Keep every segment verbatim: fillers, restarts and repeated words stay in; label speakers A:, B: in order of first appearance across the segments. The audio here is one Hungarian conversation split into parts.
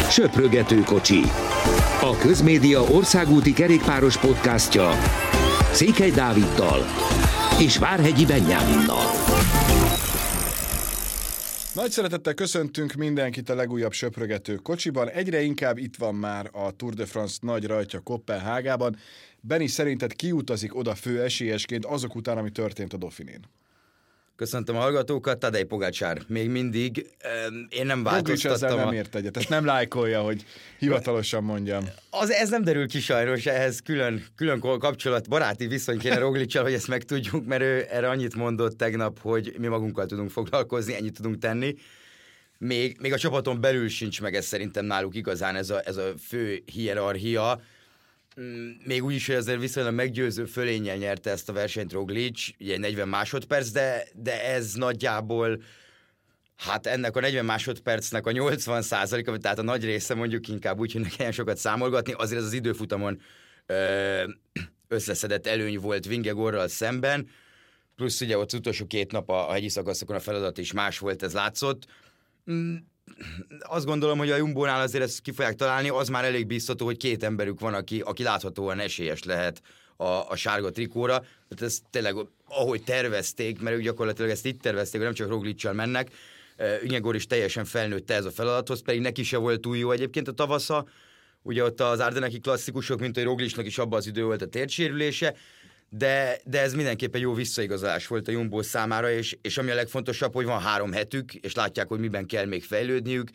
A: Söprögető kocsi. A Közmédia országúti kerékpáros podcastja Székely Dáviddal és Várhegyi Benyáminnal.
B: Nagy szeretettel köszöntünk mindenkit a legújabb Söprögető kocsiban. Egyre inkább itt van már a Tour de France nagy rajtja Koppenhágában. Benni, szerinted kiutazik oda fő esélyesként azok után, ami történt a Dauphinén?
C: Köszöntöm a hallgatókat, Tadej Pogačar. Még mindig én nem változtattam.
B: Roglic
C: a...
B: nem ért egyet, ezt nem lájkolja, hogy hivatalosan mondjam.
C: Az, ez nem derül ki sajnos, ehhez külön, külön kapcsolat, baráti viszony kéne Rogličsal, hogy ezt megtudjuk, mert ő erre annyit mondott tegnap, hogy mi magunkkal tudunk foglalkozni, ennyit tudunk tenni. Még, még a csapaton belül sincs meg ez szerintem náluk igazán ez a, ez a fő hierarchia. Még úgy is, hogy azért viszonylag meggyőző fölénnyel nyerte ezt a versenyt Roglic, ugye negyven másodperc, de, de ez nagyjából, hát ennek a negyven másodpercnek a nyolcvan százaléka, tehát a nagy része mondjuk inkább úgy, hogy ne kelljen sokat számolgatni, azért ez az időfutamon ö, összeszedett előny volt Vingegaardral szemben, plusz ugye ott az utolsó két nap a, a hegyi szakaszokon a feladat is más volt, ez látszott. Azt gondolom, hogy a Jumbónál azért ezt ki fogják találni, az már elég biztató, hogy két emberük van, aki, aki láthatóan esélyes lehet a, a sárga trikóra. Tehát ez tényleg, ahogy tervezték, mert ők gyakorlatilag ezt itt tervezték, hogy nem csak Rogličsal mennek, Vingegaard is teljesen felnőtte ez a feladathoz, pedig neki se volt túl jó egyébként a tavasza. Ugye ott az Ardeneki klasszikusok, mint hogy Roglicnak is abban az idő volt a térdsérülése, De, de ez mindenképpen jó visszaigazolás volt a Jumbo számára, és, és ami a legfontosabb, hogy van három hetük, és látják, hogy miben kell még fejlődniük.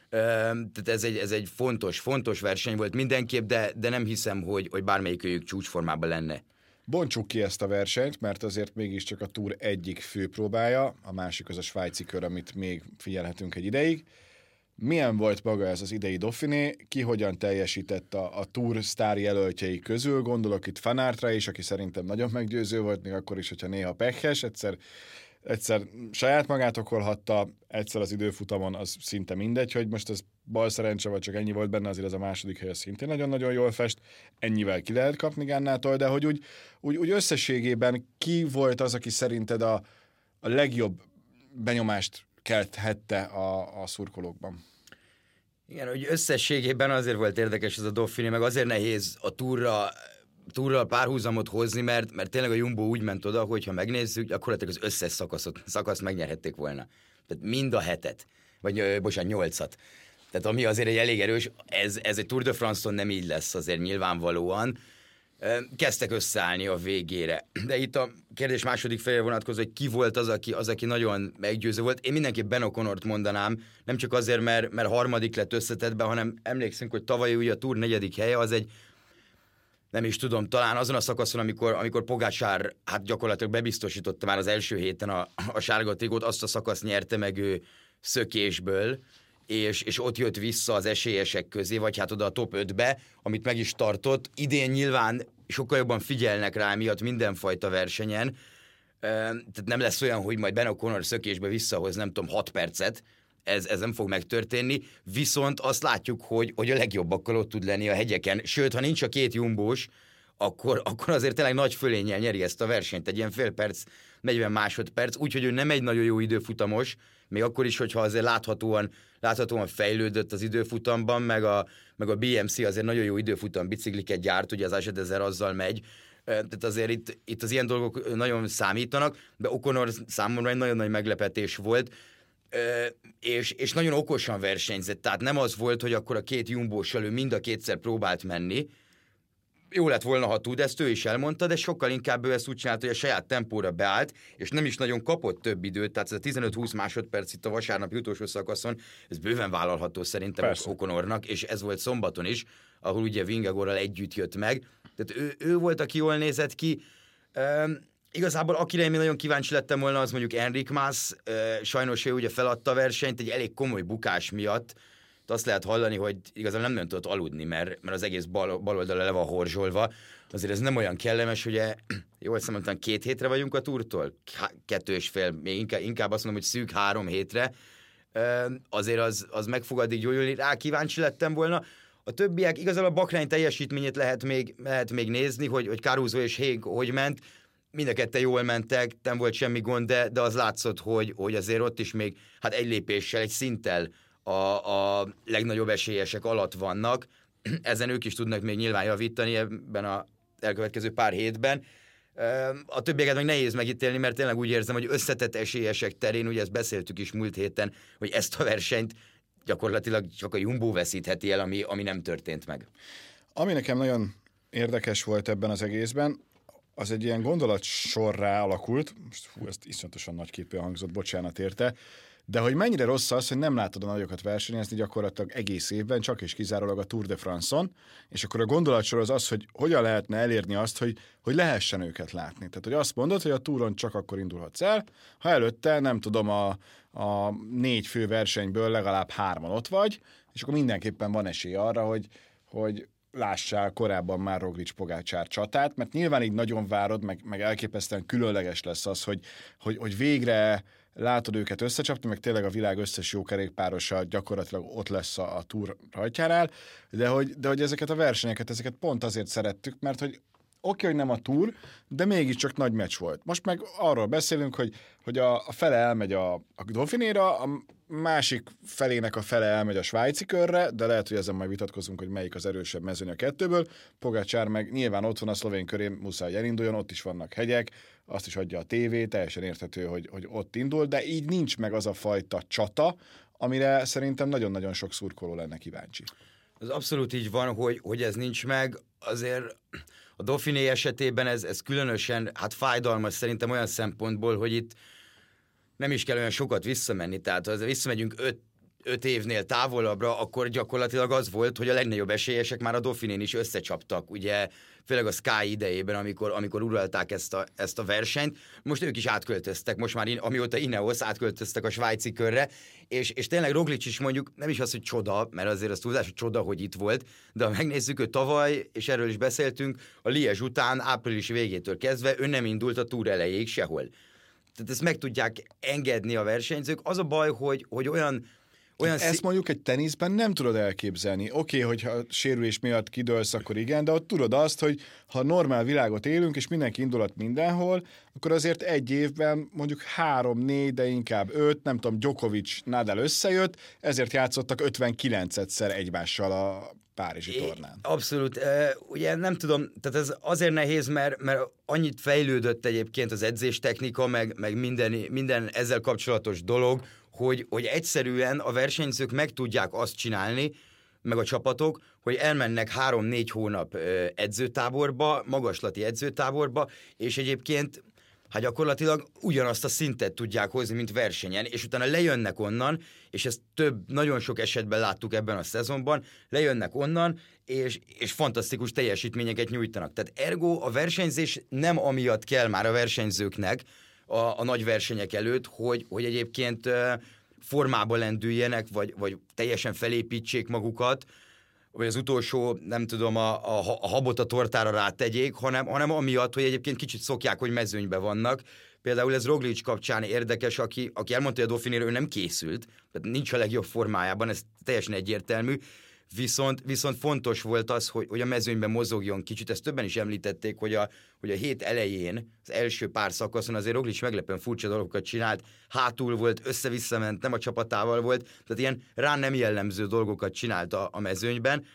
C: Tehát ez egy, ez egy fontos, fontos verseny volt mindenképp, de, de nem hiszem, hogy, hogy bármelyikőjük csúcsformában lenne. Bontsuk
B: ki ezt a versenyt, mert azért mégiscsak a Tour egyik fő próbája, a másik az a svájci kör, amit még figyelhetünk egy ideig. Milyen volt maga ez az idei Dauphiné, ki hogyan teljesített a, a Tour sztár jelöltjei közül, gondolok itt Van Aertra is, aki szerintem nagyon meggyőző volt, még akkor is, hogyha néha pekhes, egyszer, egyszer saját magát okolhatta, egyszer az időfutamon, az szinte mindegy, hogy most ez bal szerencse, vagy csak ennyi volt benne, azért ez a második hely, az szintén nagyon-nagyon jól fest, ennyivel ki lehet kapni Gannától, de hogy úgy, úgy, úgy összességében ki volt az, aki szerinted a, a legjobb benyomást kelthette a, a szurkolókban?
C: Igen, hogy összességében azért volt érdekes ez a Dauphiné, meg azért nehéz a túrra, túrral párhuzamot hozni, mert, mert tényleg a Jumbo úgy ment oda, hogy ha megnézzük, gyakorlatilag az összes szakaszot, szakaszt megnyerhették volna. Tehát mind a hetet, vagy ö, bocsánat, nyolcat. Tehát ami azért egy elég erős, ez, ez egy Tour de France-on nem így lesz azért nyilvánvalóan. Kezdtek összeállni a végére. De itt a kérdés második felére vonatkozó, hogy ki volt az, aki, az, aki nagyon meggyőző volt. Én mindenképp Ben O'Connort mondanám, nem csak azért, mert, mert harmadik lett összetettben, hanem emlékszünk, hogy tavaly ugye a Tour negyedik helye, az egy, nem is tudom, talán azon a szakaszon, amikor, amikor Pogačar hát gyakorlatilag bebiztosította már az első héten a, a sárga trikót, azt a szakaszt nyerte meg ő szökésből, És, és ott jött vissza az esélyesek közé, vagy hát oda a top ötbe, amit meg is tartott. Idén nyilván sokkal jobban figyelnek rá miatt mindenfajta versenyen, tehát nem lesz olyan, hogy majd Ben O'Connor szökésbe visszahoz, nem tudom, hat percet, ez, ez nem fog megtörténni, viszont azt látjuk, hogy, hogy a legjobbakkal ott tud lenni a hegyeken, sőt, ha nincs a két jumbós, akkor, akkor azért tényleg nagy fölénnyel nyeri ezt a versenyt, egy ilyen fél perc, negyven másodperc, úgyhogy ő nem egy nagyon jó időfutamos, még akkor is, hogyha azért láthatóan, láthatóan fejlődött az időfutamban, meg a, meg a bé em cé azért nagyon jó időfutam bicikliket gyárt, ugye az Ascot ezer azzal megy, tehát azért itt, itt az ilyen dolgok nagyon számítanak, de O'Connor számomra egy nagyon nagy meglepetés volt, és, és nagyon okosan versenyzett, tehát nem az volt, hogy akkor a két jumbóssal ő mind a kétszer próbált menni. Jó lett volna, ha tud, ezt ő is elmondta, de sokkal inkább ő ezt úgy csinált, hogy a saját tempóra beállt, és nem is nagyon kapott több időt, tehát ez a tizenöt-húsz másodperc itt a vasárnapi utolsó szakaszon, ez bőven vállalható szerintem O'Connornak, és ez volt szombaton is, ahol ugye Vingegaardral együtt jött meg, tehát ő, ő volt, aki jól nézett ki. Üm, igazából akire én nagyon kíváncsi lettem volna, az mondjuk Enric Mas, sajnos ő ugye feladta a versenyt egy elég komoly bukás miatt. Azt lehet hallani, hogy igazából nem, nem tudott aludni, mert, mert az egész bal, bal oldala le van horzsolva. Azért ez nem olyan kellemes, ugye jól szemben két hétre vagyunk a túrtól, kettő és fél, még inkább, inkább azt mondom, hogy szűk három hétre. Azért az, az meg fog addig gyógyulni, rá kíváncsi lettem volna. A többiek, igazából a Bahrein teljesítményét lehet még, lehet még nézni, hogy, hogy Caruso és Haig hogy ment. Mind a ketten jól mentek, nem volt semmi gond, de, de az látszott, hogy, hogy azért ott is még hát egy lépéssel, egy szinttel a, a legnagyobb esélyesek alatt vannak. Ezen ők is tudnak még nyilván javítani ebben a elkövetkező pár hétben. A többieket meg nehéz megítélni, mert tényleg úgy érzem, hogy összetett esélyesek terén, ugye ezt beszéltük is múlt héten, hogy ezt a versenyt gyakorlatilag csak a Jumbo veszítheti el, ami, ami nem történt meg.
B: Ami nekem nagyon érdekes volt ebben az egészben, az egy ilyen gondolatsorrá alakult, most hú, ezt iszonyatosan nagyképűen hangzott, bocsánat érte, de hogy mennyire rossz az, hogy nem látod a nagyokat versenyezni gyakorlatilag egész évben, csak és kizárólag a Tour de France-on, és akkor a gondolatsor az az, hogy hogyan lehetne elérni azt, hogy, hogy lehessen őket látni. Tehát, hogy azt mondod, hogy a Touron csak akkor indulhatsz el, ha előtte, nem tudom, a, a négy fő versenyből legalább hárman ott vagy, és akkor mindenképpen van esély arra, hogy, hogy lássál korábban már Roglic-Pogácsár csatát, mert nyilván így nagyon várod, meg, meg elképesztően különleges lesz az, hogy, hogy, hogy végre látod őket összecsapni, meg tényleg a világ összes jó kerékpárosa gyakorlatilag ott lesz a, a Tour rajtjánál, de hogy, de hogy ezeket a versenyeket, ezeket pont azért szerettük, mert hogy oké, hogy nem a Tour, de mégiscsak nagy meccs volt. Most meg arról beszélünk, hogy, hogy a, a fele elmegy a, a Dauphinéra, a másik felének a fele elmegy a svájci körre, de lehet, hogy ezen majd vitatkozunk, hogy melyik az erősebb mezőny a kettőből. Pogačar meg nyilván ott van a szlovén körén, muszáj elinduljon, ott is vannak hegyek, azt is adja a tévé, teljesen érthető, hogy, hogy ott indul, de így nincs meg az a fajta csata, amire szerintem nagyon-nagyon sok szurkoló lenne kíváncsi.
C: Az abszolút így van, hogy, hogy ez nincs meg, azért a Dauphiné esetében ez, ez különösen hát fájdalmas szerintem olyan szempontból, hogy itt nem is kell olyan sokat visszamenni, tehát ha visszamegyünk öt, öt évnél távolabbra, akkor gyakorlatilag az volt, hogy a legnagyobb esélyesek már a Dauphinén is összecsaptak, ugye főleg a Sky idejében, amikor, amikor uralták ezt a, ezt a versenyt. Most ők is átköltöztek, most már amióta Ineos átköltöztek a svájci körre, és, és tényleg Roglic is mondjuk, nem is az, hogy csoda, mert azért az túlzás, hogy csoda, hogy itt volt, de ha megnézzük, ő tavaly, és erről is beszéltünk, a Liège után április végétől kezdve ő nem indult a Tour elejéig sehol. Tehát ezt meg tudják engedni a versenyzők. Az a baj, hogy, hogy olyan... olyan
B: ezt szí- mondjuk egy teniszben nem tudod elképzelni. Oké, okay, hogyha sérülés miatt kidőlsz, akkor igen, de ott tudod azt, hogy ha normál világot élünk, és mindenki indulat mindenhol, akkor azért egy évben mondjuk három, négy, de inkább öt, nem tudom, Djokovic, Nadal összejött, ezért játszottak ötvenkilencedszer egymással a párizsi tornán.
C: Abszolút. Ugye nem tudom, tehát ez azért nehéz, mert, mert annyit fejlődött egyébként az edzéstechnika, meg, meg minden, minden ezzel kapcsolatos dolog, hogy, hogy egyszerűen a versenyzők meg tudják azt csinálni, meg a csapatok, hogy elmennek három-négy hónap edzőtáborba, magaslati edzőtáborba, és egyébként hát gyakorlatilag ugyanazt a szintet tudják hozni, mint versenyen, és utána lejönnek onnan, és ezt több, nagyon sok esetben láttuk ebben a szezonban, lejönnek onnan, és, és fantasztikus teljesítményeket nyújtanak. Tehát ergo a versenyzés nem amiatt kell már a versenyzőknek a, a nagy versenyek előtt, hogy, hogy egyébként formába lendüljenek, vagy, vagy teljesen felépítsék magukat, vagy az utolsó, nem tudom, a, a, a habot a tortára rátegyék, hanem, hanem amiatt, hogy egyébként kicsit szokják, hogy mezőnyben vannak. Például ez Roglic kapcsán érdekes, aki, aki elmondta, hogy a Dauphinéről ő nem készült, tehát nincs a legjobb formájában, ez teljesen egyértelmű, viszont, viszont fontos volt az, hogy, hogy a mezőnyben mozogjon kicsit, ezt többen is említették, hogy a, hogy a hét elején, az első pár szakaszon azért Roglic meglepően furcsa dolgokat csinált, hátul volt, össze-vissza ment, nem a csapatával volt, tehát ilyen rá nem jellemző dolgokat csinált a, a mezőnyben.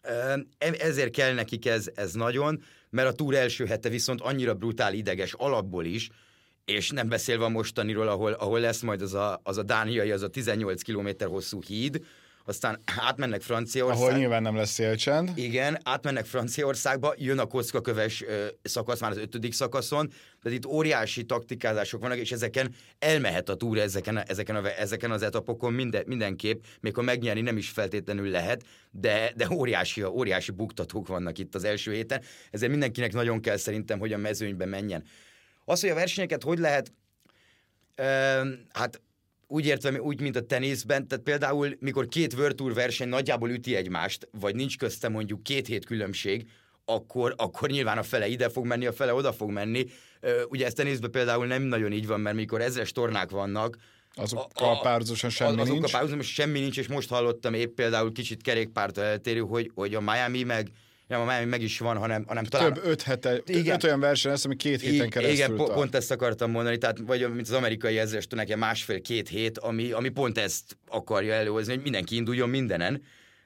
C: Ezért kell nekik ez, ez nagyon, mert a Tour első hete viszont annyira brutál ideges alapból is, és nem beszélve a mostaniról, ahol, ahol lesz majd az a, az a dániai, az a tizennyolc kilométer hosszú híd, aztán átmennek Franciaországba.
B: Ahol nyilván nem lesz szélcsend.
C: Igen, átmennek Franciaországba, jön a kockaköves ö, szakasz már az ötödik szakaszon, de itt óriási taktikázások vannak, és ezeken elmehet a Tour ezeken, ezeken, a, ezeken az etapokon minden, mindenképp, még ha megnyerni nem is feltétlenül lehet, de, de óriási, óriási buktatók vannak itt az első héten, ezért mindenkinek nagyon kell szerintem, hogy a mezőnybe menjen. Az, hogy a versenyeket hogy lehet, ö, hát úgy értem, úgy, mint a teniszben, tehát például, mikor két World Tour verseny nagyjából üti egymást, vagy nincs közte mondjuk két hét különbség, akkor, akkor nyilván a fele ide fog menni, a fele oda fog menni. Ugye ez teniszben például nem nagyon így van, mert mikor ezres tornák vannak,
B: azokkal párhuzamosan semmi
C: azokkal
B: nincs.
C: párhuzamosan semmi nincs, és most hallottam épp például kicsit kerékpártól eltérő, hogy, hogy a Miami meg nem, már meg is van, hanem, hanem talán...
B: Több öt, hete, öt olyan verseny lesz, ami két héten
C: I-
B: keresztül
C: Igen,
B: tart.
C: pont ezt akartam mondani, tehát vagy mint az amerikai ezredesnek ilyen másfél-két hét, ami, ami pont ezt akarja előhozni, hogy mindenki induljon mindenen.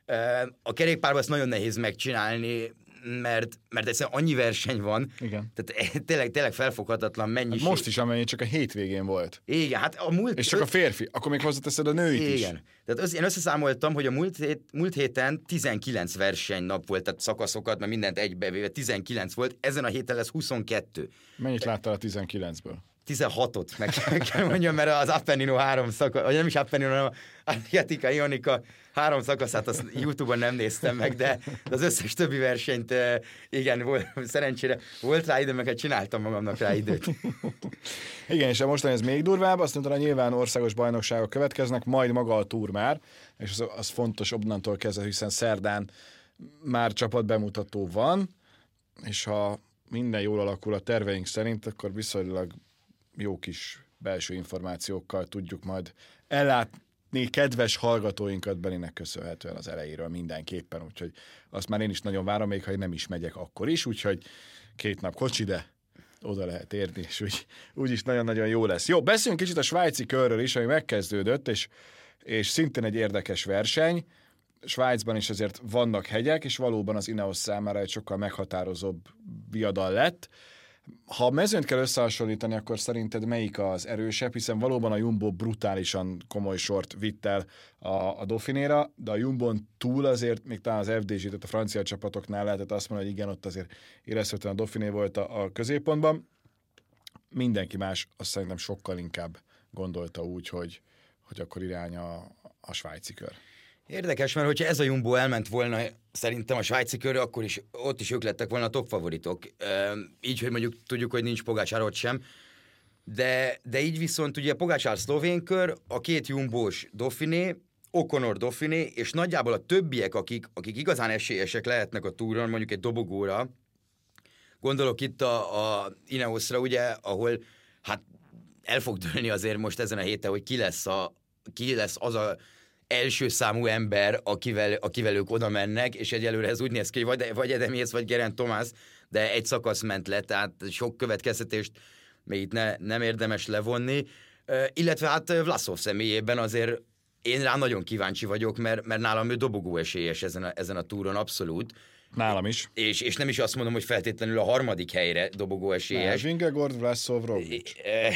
C: A kerékpárban ezt nagyon nehéz megcsinálni, mert, mert egyszerűen annyi verseny van,
B: Igen.
C: tehát tényleg, tényleg felfoghatatlan mennyiség.
B: Hát most is, amennyi csak a hétvégén volt.
C: Igen, hát a múlt...
B: És csak a férfi, akkor még hozzáteszed a nőit
C: Igen.
B: is.
C: Igen. Tehát össz, én összeszámoltam, hogy a múlt, hét, múlt héten tizenkilenc versenynap volt, tehát szakaszokat, mert mindent egybevéve tizenkilenc volt, ezen a héten lesz huszonkettő.
B: Mennyit láttál a tizenkilencből?
C: tizenhatot meg kell mondjam, mert az Appennino három szakasz, vagy nem is Appennino, hanem a Adriatica Ionica három szakaszát azt YouTube-on nem néztem meg, de az összes többi versenyt, igen, volt, szerencsére volt rá idő, meg hát csináltam magamnak rá időt.
B: Igen, és mostani ez még durvább, azt mondta, nyilván országos bajnokságok következnek, majd maga a túr már, és az, az fontos onnantól kezdve, hiszen szerdán már csapatbemutató van, és ha minden jól alakul a terveink szerint, akkor viszonylag jó kis belső információkkal tudjuk majd ellátni kedves hallgatóinkat Beninek köszönhetően az elejéről mindenképpen, úgyhogy azt már én is nagyon várom, még ha én nem is megyek akkor is, úgyhogy két nap kocsi, de oda lehet érni, és úgy, úgyis nagyon-nagyon jó lesz. Jó, beszéljünk kicsit a svájci körről is, ami megkezdődött, és, és szintén egy érdekes verseny. Svájcban is azért vannak hegyek, és valóban az Ineos számára egy sokkal meghatározóbb viadal lett. Ha a mezőnyt kell összehasonlítani, akkor szerinted melyik az erősebb, hiszen valóban a Jumbo brutálisan komoly sort vitt el a, a Dauphinéra, de a Jumbon túl azért, még talán az ef dé gé, tehát a francia csapatoknál lehetett azt mondani, hogy igen, ott azért érezhetően a Dauphiné volt a, a középpontban. Mindenki más azt szerintem sokkal inkább gondolta úgy, hogy, hogy akkor irány a, a svájci kör.
C: Érdekes, mert hogyha ez a Jumbo elment volna szerintem a svájci körre, akkor is ott is ők lettek volna a top favoritok. Így, hogy mondjuk tudjuk, hogy nincs Pogačar ott sem. De, de így viszont ugye Pogačar szlovén kör, a két Jumbós Dauphiné, O'Connor Dauphiné, és nagyjából a többiek, akik, akik igazán esélyesek lehetnek a túron, mondjuk egy dobogóra, gondolok itt a, a Ineosra, ugye, ahol hát el fog dőlni azért most ezen a héten, hogy ki lesz, a, ki lesz az a első számú ember, akivel, akivel ők oda mennek, és egyelőre ez úgy néz ki, hogy vagy, vagy Edemész, vagy Geraint Thomas, de egy szakasz ment le, tehát sok következtetést még itt ne, nem érdemes levonni. Uh, illetve hát Vlasov személyében azért én rá nagyon kíváncsi vagyok, mert, mert nálam ő dobogó esélyes ezen a, ezen a túron abszolút.
B: Nálam is.
C: És, és nem is azt mondom, hogy feltétlenül a harmadik helyre dobogó esélyes.
B: Vingegaard, Vlasov, Roglic.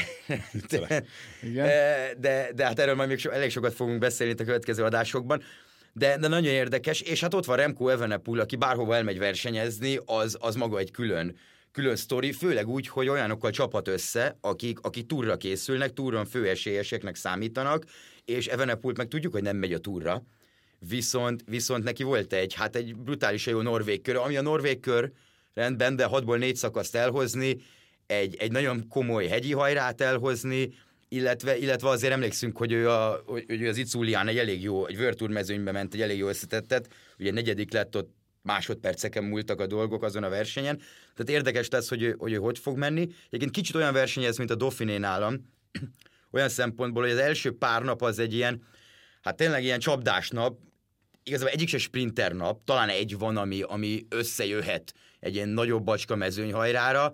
C: de,
B: Igen.
C: de, de hát erről majd még so, elég sokat fogunk beszélni itt a következő adásokban. De, de nagyon érdekes, és hát ott van Remco Evenepoel, aki bárhova elmegy versenyezni, az, az maga egy külön, külön sztori, főleg úgy, hogy olyanokkal csapat össze, akik, akik túrra készülnek, túron főesélyeseknek számítanak, és Evenepoelt meg tudjuk, hogy nem megy a túrra. Viszont, viszont neki volt egy, hát egy brutálisan jó norvég kör, ami a norvég kör rendben, de hatból négy szakaszt elhozni, egy, egy nagyon komoly hegyi hajrát elhozni, illetve, illetve azért emlékszünk, hogy ő, a, hogy ő az Itzulián egy elég jó, egy World Tour mezőnybe ment, egy elég jó összetettet, ugye negyedik lett, ott másodperceken múltak a dolgok azon a versenyen, tehát érdekes lesz, hogy ő hogy, ő hogy fog menni. Egyébként kicsit olyan versenyez, mint a Dauphiné nálam, olyan szempontból, hogy az első pár nap az egy ilyen, hát tényleg ilyen csapdás nap, igazából egyik se sprinter nap, talán egy van, ami, ami összejöhet egy ilyen nagyobb bacska mezőnyhajrára,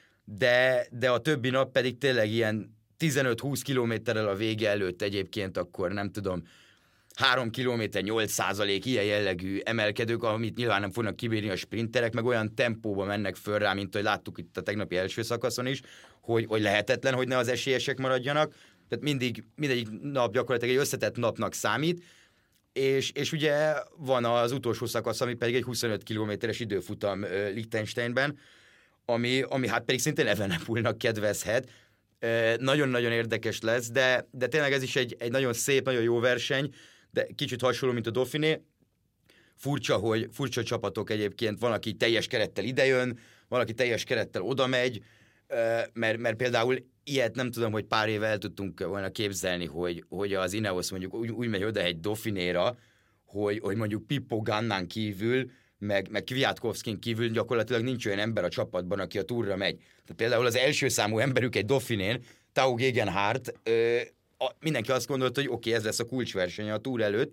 C: de, de a többi nap pedig tényleg ilyen tizenöt-húsz kilométerrel a vége előtt egyébként akkor nem tudom, három kilométer nyolc százalék ilyen jellegű emelkedők, amit nyilván nem fognak kibírni a sprinterek, meg olyan tempóba mennek föl rá, mint hogy láttuk itt a tegnapi első szakaszon is, hogy, hogy lehetetlen, hogy ne az esélyesek maradjanak. Tehát mindig, mindegyik nap gyakorlatilag egy összetett napnak számít, és, és ugye van az utolsó szakasz, ami pedig egy huszonöt kilométeres időfutam uh, Liechtensteinben, ami, ami hát pedig szintén Evenepoelnak kedvezhet. Uh, nagyon-nagyon érdekes lesz, de, de tényleg ez is egy, egy nagyon szép, nagyon jó verseny, de kicsit hasonló, mint a Dauphiné. Furcsa, hogy furcsa csapatok egyébként, van, aki teljes kerettel idejön, van, aki teljes kerettel oda megy, mert, mert például ilyet nem tudom, hogy pár éve el tudtunk volna képzelni, hogy, hogy az Ineos mondjuk úgy, úgy megy oda egy Dauphinéra, hogy, hogy mondjuk Pippo Gannán kívül, meg, meg Kwiatkowskin kívül gyakorlatilag nincs olyan ember a csapatban, aki a túrra megy. Tehát például az első számú emberük egy Dauphinén, Tao Gegenhardt, ö, a, mindenki azt gondolta, hogy oké, okay, ez lesz a kulcsversenye a túr előtt,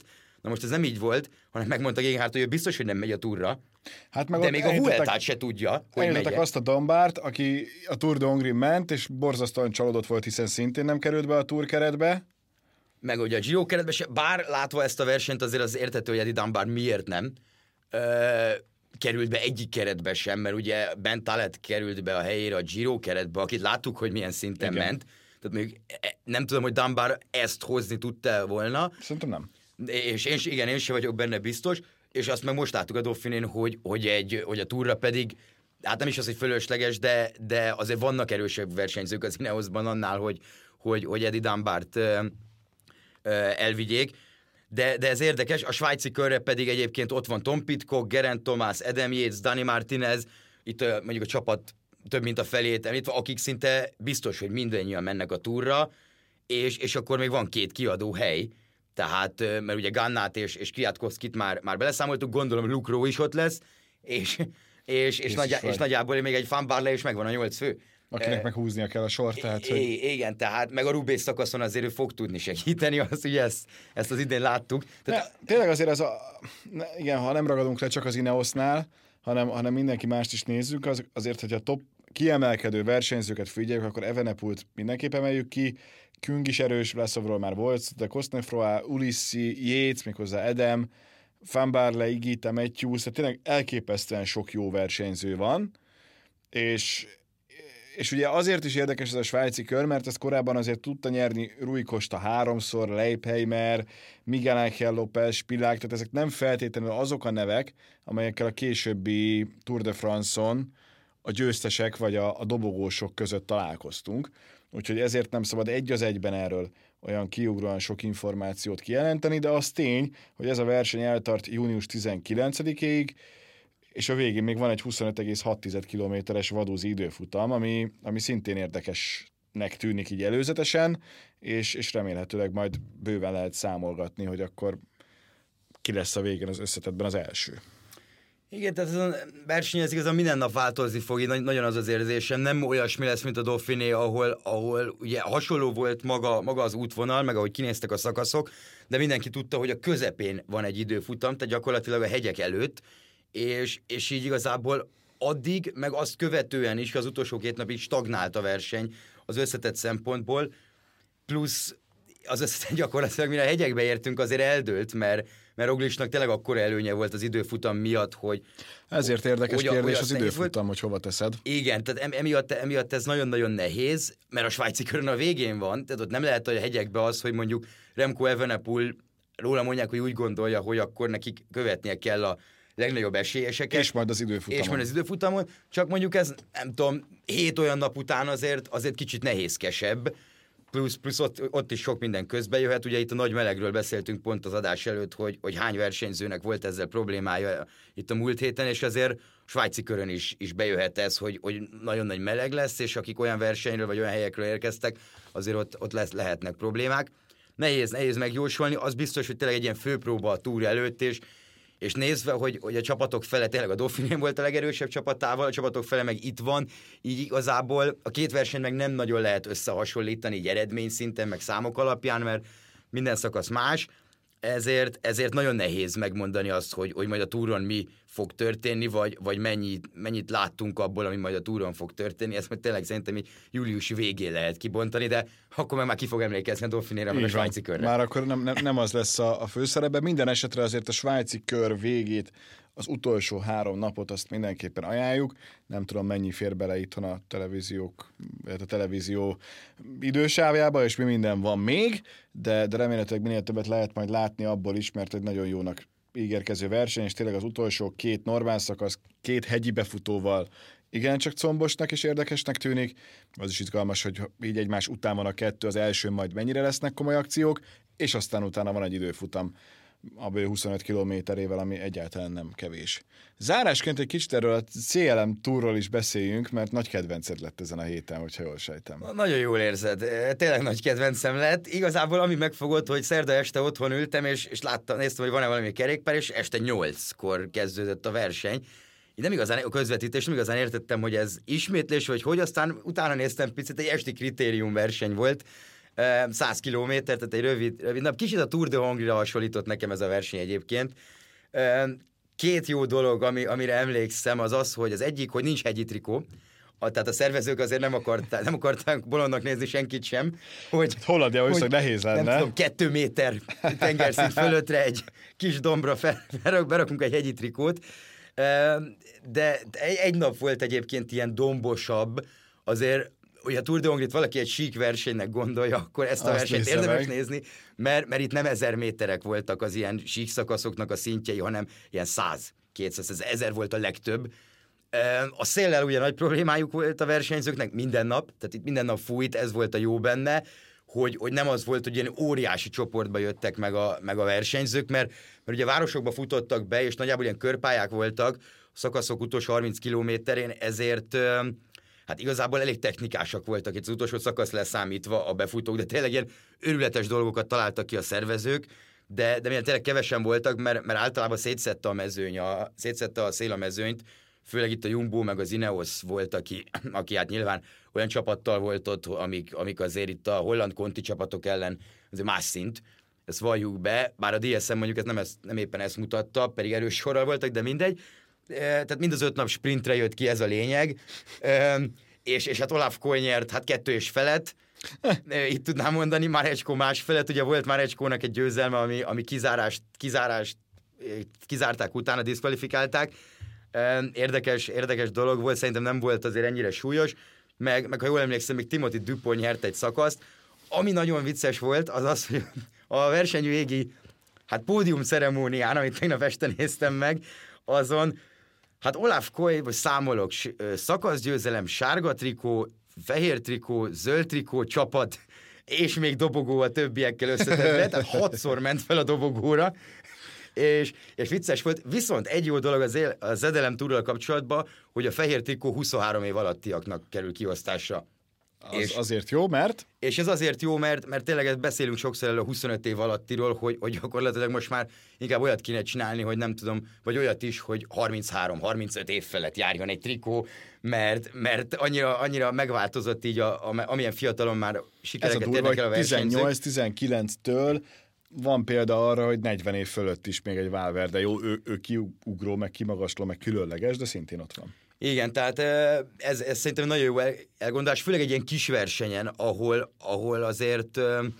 C: Na most ez nem így volt, hanem megmondta Gegenhardt, hogy ő biztos, hogy nem megy a túrra,
B: Hát meg
C: de
B: ott
C: még a Vueltát se tudja, hogy megy.
B: azt a Dombárt, aki a Tour de Hongrie ment, és borzasztóan csalódott volt, hiszen szintén nem került be a Tour keretbe.
C: Meg ugye a Giro keretbe se, bár látva ezt a versenyt azért az érthető, hogy Eddie Dunbar miért nem ö, került be egyik keretbe sem, mert ugye Ben Talet került be a helyére a Giro keretbe, akit láttuk, hogy milyen szinten
B: Igen.
C: ment. Tehát még nem tudom, hogy Dunbar ezt hozni tudta volna.
B: Szerintem nem.
C: És én, igen, én sem vagyok benne biztos, és azt meg most láttuk a Dauphinén, hogy, hogy, egy, hogy a túra pedig, hát nem is az, hogy fölösleges, de, de azért vannak erősebb versenyzők az Ineosban annál, hogy, hogy, hogy Eddie Dunbart ö, ö, elvigyék. De, de ez érdekes, a svájci körre pedig egyébként ott van Tom Pidcock, Geraint Thomas, Adam Yates, Dani Martinez, itt ö, mondjuk a csapat több mint a felét említve, akik szinte biztos, hogy mindannyian mennek a túrra, és, és akkor még van két kiadó hely. Tehát, mert ugye Gannát és, és Kwiatkowskit már, már beleszámoltuk, gondolom Luke Rowe is ott lesz, és, és, és, nagyjá, és nagyjából még egy Van Barle is megvan a nyolc fő.
B: Akinek
C: e,
B: meg húznia kell a sort, tehát... Hogy...
C: Igen, tehát meg a Roubaix szakaszon azért ő fog tudni segíteni, azt ugye ezt, ezt az idén láttuk. Tehát,
B: ne, tényleg azért ez a... Ne, igen, ha nem ragadunk le csak az Ineosnál, hanem, hanem mindenki mást is nézzük, az, azért, hogy a top kiemelkedő versenyzőket figyeljük, akkor Evenepoelt mindenképp emeljük ki, Küng is erős, Vlasovról már volt, de Cosnefroy, Ulissi, Yates, méghozzá Adam, Van Barle, Igita, Matthews, tehát tényleg elképesztően sok jó versenyző van, és, és ugye azért is érdekes ez a svájci kör, mert ezt korábban azért tudta nyerni Rui Costa háromszor, Leipheimer, Miguel Ángel López, Spilák, tehát ezek nem feltétlenül azok a nevek, amelyekkel a későbbi Tour de France-on a győztesek vagy a, a dobogósok között találkoztunk. Úgyhogy ezért nem szabad egy az egyben erről olyan kiugróan sok információt kijelenteni, de az tény, hogy ez a verseny eltart június tizenkilencedikéig, és a végén még van egy huszonöt egész hat kilométeres vadúzi időfutam, ami, ami szintén érdekesnek tűnik így előzetesen, és, és remélhetőleg majd bőven lehet számolgatni, hogy akkor ki lesz a végén az összetettben az első.
C: Igen, tehát ez a verseny, ez igazán minden nap változni fog, így nagyon az az érzésem, nem olyasmi lesz, mint a Dauphiné, ahol, ahol ugye hasonló volt maga, maga az útvonal, meg ahogy kinéztek a szakaszok, de mindenki tudta, hogy a közepén van egy időfutam, tehát gyakorlatilag a hegyek előtt, és, és így igazából addig, meg azt követően is, az utolsó két napig stagnált a verseny az összetett szempontból, plusz az összetett gyakorlatilag, mire a hegyekbe értünk, azért eldőlt, mert, mert Roglicnak tényleg akkora előnye volt az időfutam miatt, hogy...
B: Ezért érdekes
C: hogy,
B: kérdés
C: hogy
B: az időfutam, hogy hova teszed.
C: Igen, tehát emiatt, emiatt ez nagyon-nagyon nehéz, mert a svájci körön a végén van, tehát ott nem lehet a hegyekbe az, hogy mondjuk Remco Evenepoel, róla mondják, hogy úgy gondolja, hogy akkor nekik követnie kell a legnagyobb esélyeseket.
B: És majd az időfutamon.
C: És majd az időfutamon, csak mondjuk ez, nem tudom, hét olyan nap után azért, azért kicsit nehézkesebb, plusz, plusz ott, ott is sok minden közbe jöhet. Ugye itt a nagy melegről beszéltünk pont az adás előtt, hogy, hogy hány versenyzőnek volt ezzel problémája itt a múlt héten, és azért svájci körön is, is bejöhet ez, hogy, hogy nagyon nagy meleg lesz, és akik olyan versenyről vagy olyan helyekről érkeztek, azért ott, ott lesz, lehetnek problémák. Nehéz, nehéz megjósolni, az biztos, hogy tényleg egy ilyen főpróba a túr előtt, és és nézve, hogy, hogy a csapatok fele tényleg a Dauphinén volt a legerősebb csapatával, a csapatok fele meg itt van, így igazából a két verseny meg nem nagyon lehet összehasonlítani így eredményszinten, meg számok alapján, mert minden szakasz más, ezért, ezért nagyon nehéz megmondani azt, hogy, hogy majd a túron mi fog történni, vagy, vagy mennyit, mennyit láttunk abból, ami majd a túron fog történni. Ezt majd tényleg szerintem így júliusi végén lehet kibontani, de akkor meg már ki fog emlékezni a Dauphinéra, meg a svájci körre.
B: Már akkor nem, nem, nem az lesz a, a főszerepben. Minden esetre azért a svájci kör végét, az utolsó három napot azt mindenképpen ajánljuk. Nem tudom, mennyi fér bele itthon a televíziók, a televízió idősávjába, és mi minden van még, de, de remélhetőleg minél többet lehet majd látni abból is, mert egy nagyon jónak ígérkező verseny, és tényleg az utolsó két normál szakasz, két hegyi befutóval igencsak combosnak és érdekesnek tűnik. Az is izgalmas, hogy így egymás után van a kettő, az első majd mennyire lesznek komoly akciók, és aztán utána van egy időfutam a bő huszonöt kilométerével, ami egyáltalán nem kevés. Zárásként egy kicsit erről a cé el em túrról is beszéljünk, mert nagy kedvenced lett ezen a héten, hogyha jól sejtem.
C: Nagyon jól érzed. Tényleg nagy kedvencem lett. Igazából ami megfogott, hogy szerda este otthon ültem, és, és láttam, néztem, hogy van-e valami kerékpár, és este nyolckor kezdődött a verseny. Én nem igazán, a közvetítés nem igazán értettem, hogy ez ismétlés, vagy hogy, aztán utána néztem picit, egy esti kritérium verseny volt, száz kilométer, tehát egy rövid, rövid nap. Kicsit a Tour de Hongrie-ra hasonlított nekem ez a verseny egyébként. Két jó dolog, ami, amire emlékszem, az az, hogy az egyik, hogy nincs hegyi trikó, a, tehát a szervezők azért nem akarták, nem akarták bolondnak nézni senkit sem, hogy...
B: Hollandia viszont nehéz lenne.
C: Nem tudom, kettő méter tengerszint fölöttre egy kis dombra fel, berakunk egy hegyi trikót, de egy nap volt egyébként ilyen dombosabb, azért, hogy a Tour de Hongrie-t valaki egy sík versenynek gondolja, akkor ezt a Azt versenyt érdemes meg. nézni, mert, mert itt nem ezer méterek voltak az ilyen sík szakaszoknak a szintjei, hanem ilyen száz, kétszáz, ez ezer volt a legtöbb. A széllel ugye nagy problémájuk volt a versenyzőknek minden nap, tehát itt minden nap fújt, ez volt a jó benne, hogy, hogy nem az volt, hogy ilyen óriási csoportba jöttek meg a, meg a versenyzők, mert, mert ugye a városokba futottak be, és nagyjából ilyen körpályák voltak, a szakaszok utolsó harminc kilométerén, ezért hát igazából elég technikásak voltak itt az utolsó szakasz leszámítva a befutók, de tényleg ilyen őrületes dolgokat találtak ki a szervezők, de, de milyen tényleg kevesen voltak, mert, mert általában szétszette a mezőny, a, szétszette a szél a mezőnyt, főleg itt a Jumbo meg az Ineos volt, aki, aki hát nyilván olyan csapattal volt ott, amik, amik azért itt a holland Conti csapatok ellen azért más szint, ezt valljuk be, bár a dé es em mondjuk ez nem, ez, nem éppen ezt mutatta, pedig erős sorral voltak, de mindegy. E, tehát mind az öt nap sprintre jött ki, ez a lényeg. E, és, és hát Olaf Koy nyert, hát kettő és felett, e, itt tudnám mondani, Mareczko más felett, ugye volt Mareczkónak egy győzelme, ami, ami kizárást, kizárást, kizárták utána, diszkvalifikálták. Érdekes, érdekes dolog volt, szerintem nem volt azért ennyire súlyos, meg, meg ha jól emlékszem, még Timothy Dupont nyert egy szakaszt. Ami nagyon vicces volt, az az, hogy a verseny végi hát pódium ceremónián, amit tegnap este néztem meg, azon hát Olaf Koy, vagy számolok, szakaszgyőzelem, sárga trikó, fehér trikó, zöld trikó, csapat, és még dobogó a többiekkel összetetve, tehát hatszor ment fel a dobogóra, És, és vicces volt, viszont egy jó dolog az, él, az Edelem Tourral kapcsolatban, hogy a fehér trikó huszonhárom év alattiaknak kerül kiosztásra.
B: Az
C: és,
B: azért jó, mert?
C: És ez azért jó, mert, mert tényleg beszélünk sokszor elő a huszonöt év alattiról, hogy, hogy gyakorlatilag most már inkább olyat kéne csinálni, hogy nem tudom, vagy olyat is, hogy harminchárom harmincöt év felett járjon egy trikó, mert, mert annyira, annyira megváltozott így, a, a, amilyen fiatalon már sikereket érnek el a versenyzők.
B: tizennyolc-tizenkilenctől van példa arra, hogy negyven év fölött is még egy Valverde, jó, ő, ő kiugró, meg kimagasló, meg különleges, de szintén ott van.
C: Igen, tehát ez, ez szerintem nagyon jó elgondolás, főleg egy ilyen kis versenyen, ahol, ahol azért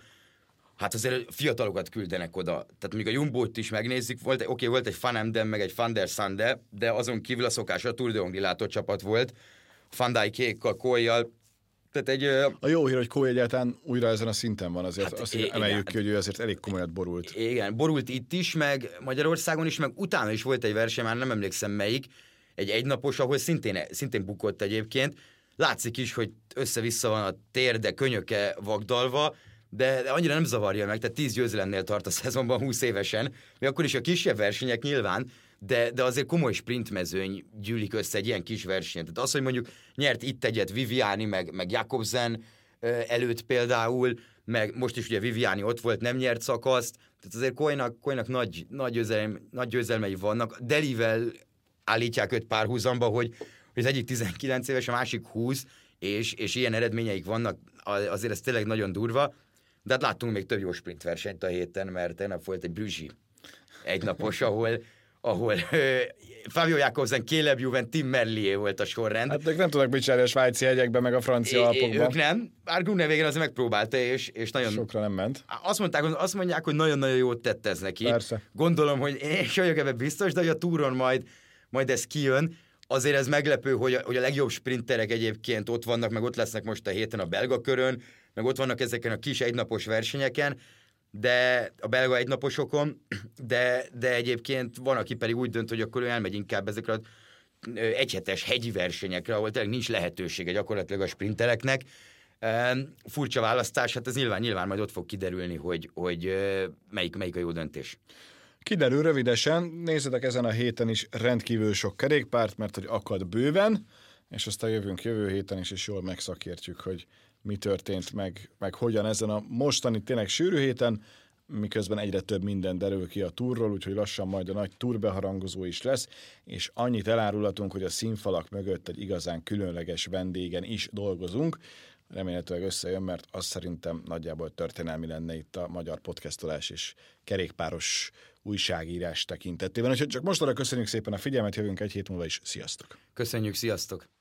C: hát azért fiatalokat küldenek oda. Tehát mondjuk a Jumbo-t is megnézzük, volt, oké, okay, volt egy Van Emden, meg egy Van der Sande, de azon kívül a szokás a Tour de Hongrie látócsapat volt, Van Dijkékkal, Koyjal. Tehát egy,
B: a jó hír, hogy Koy egyáltalán újra ezen a szinten van, azért hát, azt
C: igen,
B: emeljük ki, hogy ő azért elég komolyat borult.
C: Igen, borult itt is, meg Magyarországon is, meg utána is volt egy verseny, már nem emlékszem melyik, egy egynapos, ahol szintén, szintén bukott egyébként. Látszik is, hogy össze-vissza van a térde, könyöke vagdalva, de, de annyira nem zavarja meg, tehát tíz győzelemnél tart a szezonban húsz évesen, még akkor is a kisebb versenyek nyilván, de, de azért komoly sprintmezőny gyűlik össze egy ilyen kis versenyen. Tehát az, hogy mondjuk nyert itt egyet Viviani, meg, meg Jakobsen előtt például, meg most is ugye Viviani ott volt, nem nyert szakaszt, tehát azért Koynak, Koynak nagy, nagy, győzelem, nagy győzelmei vannak. Delivel állítják őt párhuzamba, hogy, hogy az egyik tizenkilenc éves, a másik húsz, és, és ilyen eredményeik vannak, azért ez tényleg nagyon durva, de hát láttunk még több jó sprintversenyt a héten, mert tegnap volt egy brüzsi egynapos, ahol ahol uh, Fabio Jakobsen, Caleb Ewan, Tim Merlier volt a sorrend.
B: Hát ők nem tudnak mit csinálni a svájci hegyekben, meg a francia Alpokban.
C: Ők nem, bár Groenewegen azért megpróbálta, és, és nagyon...
B: Sokra nem ment.
C: Azt, mondták, azt mondják, hogy nagyon-nagyon jót tett ez neki.
B: Persze.
C: Gondolom, hogy én is vagyok ebben biztos, de hogy a túron majd, majd ez kijön. Azért ez meglepő, hogy a, hogy a legjobb sprinterek egyébként ott vannak, meg ott lesznek most a héten a belga körön, meg ott vannak ezeken a kis egynapos versenyeken, de a belga egynaposokon, de, de egyébként van, aki pedig úgy dönt, hogy akkor ő elmegy inkább ezekre az egyhetes hegyi versenyekre, ahol tényleg nincs lehetősége gyakorlatilag a sprintereknek. Furcsa választás, hát ez nyilván, nyilván majd ott fog kiderülni, hogy, hogy melyik, melyik a jó döntés.
B: Kiderül rövidesen, nézzetek ezen a héten is rendkívül sok kerékpárt, mert hogy akad bőven, és aztán jövünk jövő héten is, és jól megszakértjük, hogy mi történt, meg, meg hogyan ezen a mostani tényleg sűrű héten, miközben egyre több minden derül ki a túrról, úgyhogy lassan majd a nagy túrbeharangozó is lesz, és annyit elárulhatunk, hogy a színfalak mögött egy igazán különleges vendégen is dolgozunk. remélhetőleg összejön, mert az szerintem nagyjából történelmi lenne itt a magyar podcastolás és kerékpáros újságírás tekintetében. Úgyhogy csak mostanra köszönjük szépen a figyelmet, jövünk egy hét múlva is. Sziasztok!
C: Köszönjük, sziasztok!